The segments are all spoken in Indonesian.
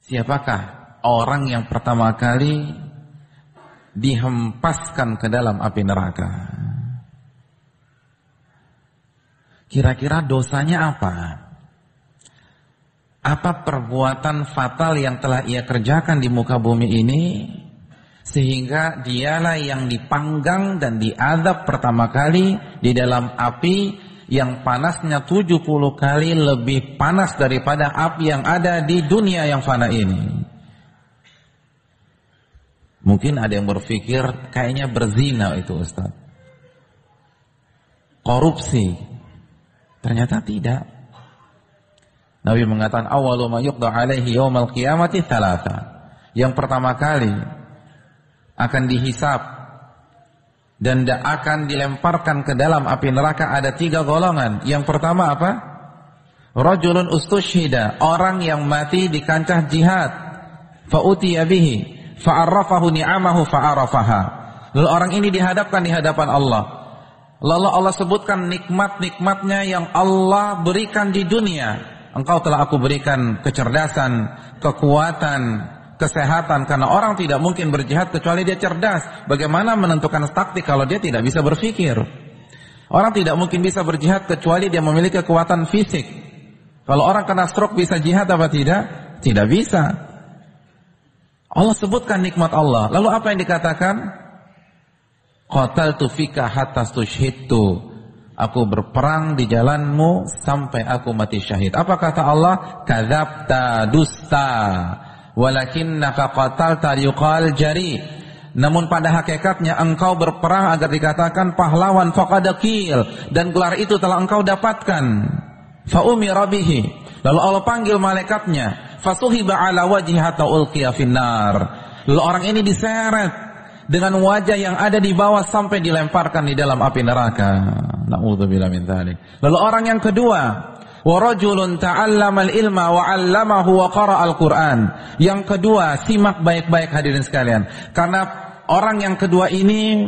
Siapakah orang yang pertama kali dihempaskan ke dalam api neraka? Kira-kira dosanya apa? Apa perbuatan fatal yang telah ia kerjakan di muka bumi ini sehingga dialah yang dipanggang dan diazab pertama kali di dalam api yang panasnya 70 kali lebih panas daripada api yang ada di dunia yang fana ini. Mungkin ada yang berpikir kayaknya berzina itu Ustaz, korupsi. Ternyata tidak. Nabi mengatakan awwalu ma yuqda alaihi yaumal qiyamati thalatha. Yang pertama kali akan dihisab dan akan dilemparkan ke dalam api neraka ada 3 golongan. Yang pertama apa? Rajulun ustushhida, orang yang mati di kancah jihad. Fa utiya bihi fa arrafahu ni'amahu fa arafaha. Lalu orang ini dihadapkan di hadapan Allah. Lalu Allah sebutkan nikmat-nikmatnya yang Allah berikan di dunia. Engkau telah aku berikan kecerdasan, kekuatan, kesehatan. Karena orang tidak mungkin berjihad kecuali dia cerdas. Bagaimana menentukan taktik kalau dia tidak bisa berpikir? Orang tidak mungkin bisa berjihad kecuali dia memiliki kekuatan fisik. Kalau orang kena stroke bisa jihad apa tidak? Tidak bisa. Allah sebutkan nikmat Allah. Lalu apa yang dikatakan? Qataltu fika hatta stushhidtu. Aku berperang di jalanmu sampai aku mati syahid. Apa kata Allah? Kadzabta, dusta. Walakinnaka qatalta yuqal jari. Namun pada hakikatnya engkau berperang agar dikatakan pahlawan, faqad qil, dan gelar itu telah engkau dapatkan. Fa umira bihi. Lalu Allah panggil malaikatnya, fasuhiba ala wajhi hatta ulqiya finnar. Lalu orang ini diseret dengan wajah yang ada di bawah sampai dilemparkan di dalam api neraka. Na'udzubillah min dzalik. Lalu orang yang kedua, wa rajulun ta'allamal ilma wa 'allamahu wa qara'al Qur'an. Yang kedua, simak baik-baik hadirin sekalian. Karena orang yang kedua ini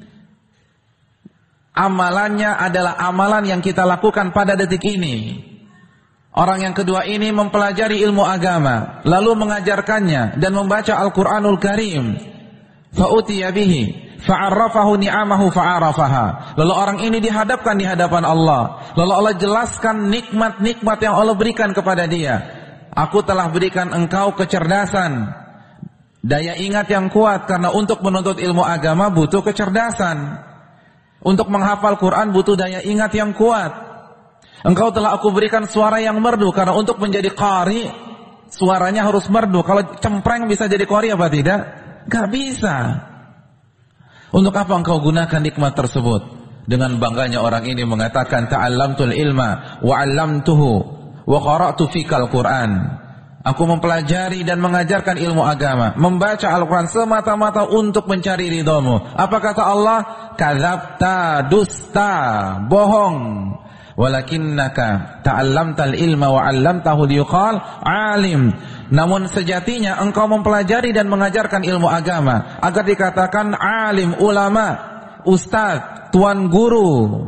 amalannya adalah amalan yang kita lakukan pada detik ini. Orang yang kedua ini mempelajari ilmu agama, lalu mengajarkannya dan membaca Al-Qur'anul Karim. Fa'utiya bihi fa'arrafahu ni'amahu fa'arafaha. Lalu orang ini dihadapkan di hadapan Allah. Lalu Allah jelaskan nikmat-nikmat yang Allah berikan kepada dia. Aku telah berikan engkau kecerdasan, daya ingat yang kuat, karena untuk menuntut ilmu agama butuh kecerdasan. Untuk menghafal Quran butuh daya ingat yang kuat. Engkau telah aku berikan suara yang merdu, karena untuk menjadi qari suaranya harus merdu. Kalau cempreng bisa jadi qari apa tidak? Gak bisa. Untuk apa engkau gunakan nikmat tersebut? Dengan bangganya orang ini mengatakan ta'allamtul ilma wa 'allamtuhu wa qara'tu fikal Qur'an. Aku mempelajari dan mengajarkan ilmu agama, membaca Al-Qur'an semata-mata untuk mencari ridhamu. Apa kata Allah? Kadzabta, dusta, bohong. Walakinnaka ta'allamtal ilma wa 'allamtahu liyuqal 'alim. Namun sejatinya engkau mempelajari dan mengajarkan ilmu agama agar dikatakan alim, ulama, ustaz, tuan guru.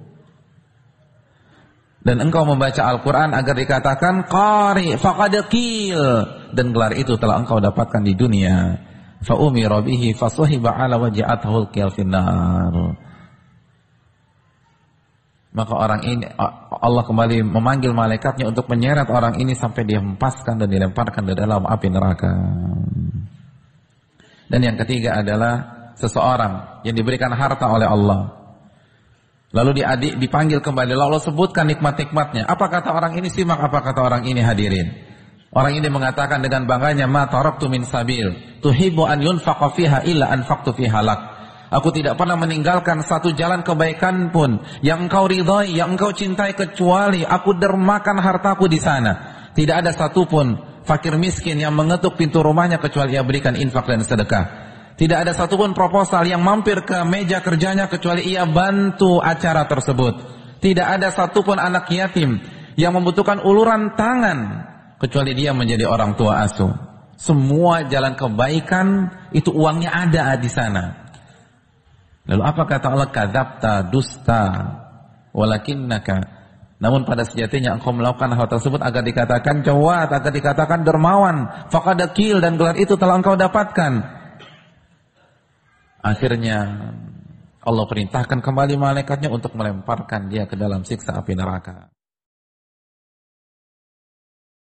Dan engkau membaca Al-Quran agar dikatakan qari, faqad qil, dan gelar itu telah engkau dapatkan di dunia. Fa umira bihi fasuhiba ala waj'athu al-qil finnar. Maka orang ini, Allah kembali memanggil malaikatnya untuk menyeret orang ini sampai dihempaskan dan dilemparkan ke dalam api neraka. Dan yang ketiga adalah seseorang yang diberikan harta oleh Allah, lalu dipanggil kembali, lalu Allah sebutkan nikmat-nikmatnya. Apa kata orang ini? Simak apa kata orang ini hadirin. Orang ini mengatakan dengan bangganya, ma taraktu min sabil tuhibbu an yunfaqa fiha illa anfaqtu fiha lak. Aku tidak pernah meninggalkan satu jalan kebaikan pun yang engkau ridhai, yang engkau cintai, kecuali aku dermakan hartaku di sana. Tidak ada satupun fakir miskin yang mengetuk pintu rumahnya kecuali ia berikan infak dan sedekah. Tidak ada satupun proposal yang mampir ke meja kerjanya kecuali ia bantu acara tersebut. Tidak ada satupun anak yatim yang membutuhkan uluran tangan kecuali dia menjadi orang tua asuh. Semua jalan kebaikan itu uangnya ada di sana. Lalu apa kata Allah? Kadzabta, dusta, walakinnaka Namun pada sejatinya engkau melakukan hal tersebut agar dikatakan jawad, agar dikatakan dermawan, faqadakil, dan gelar itu telah engkau dapatkan. Akhirnya Allah perintahkan kembali malaikatnya untuk melemparkan dia ke dalam siksa api neraka.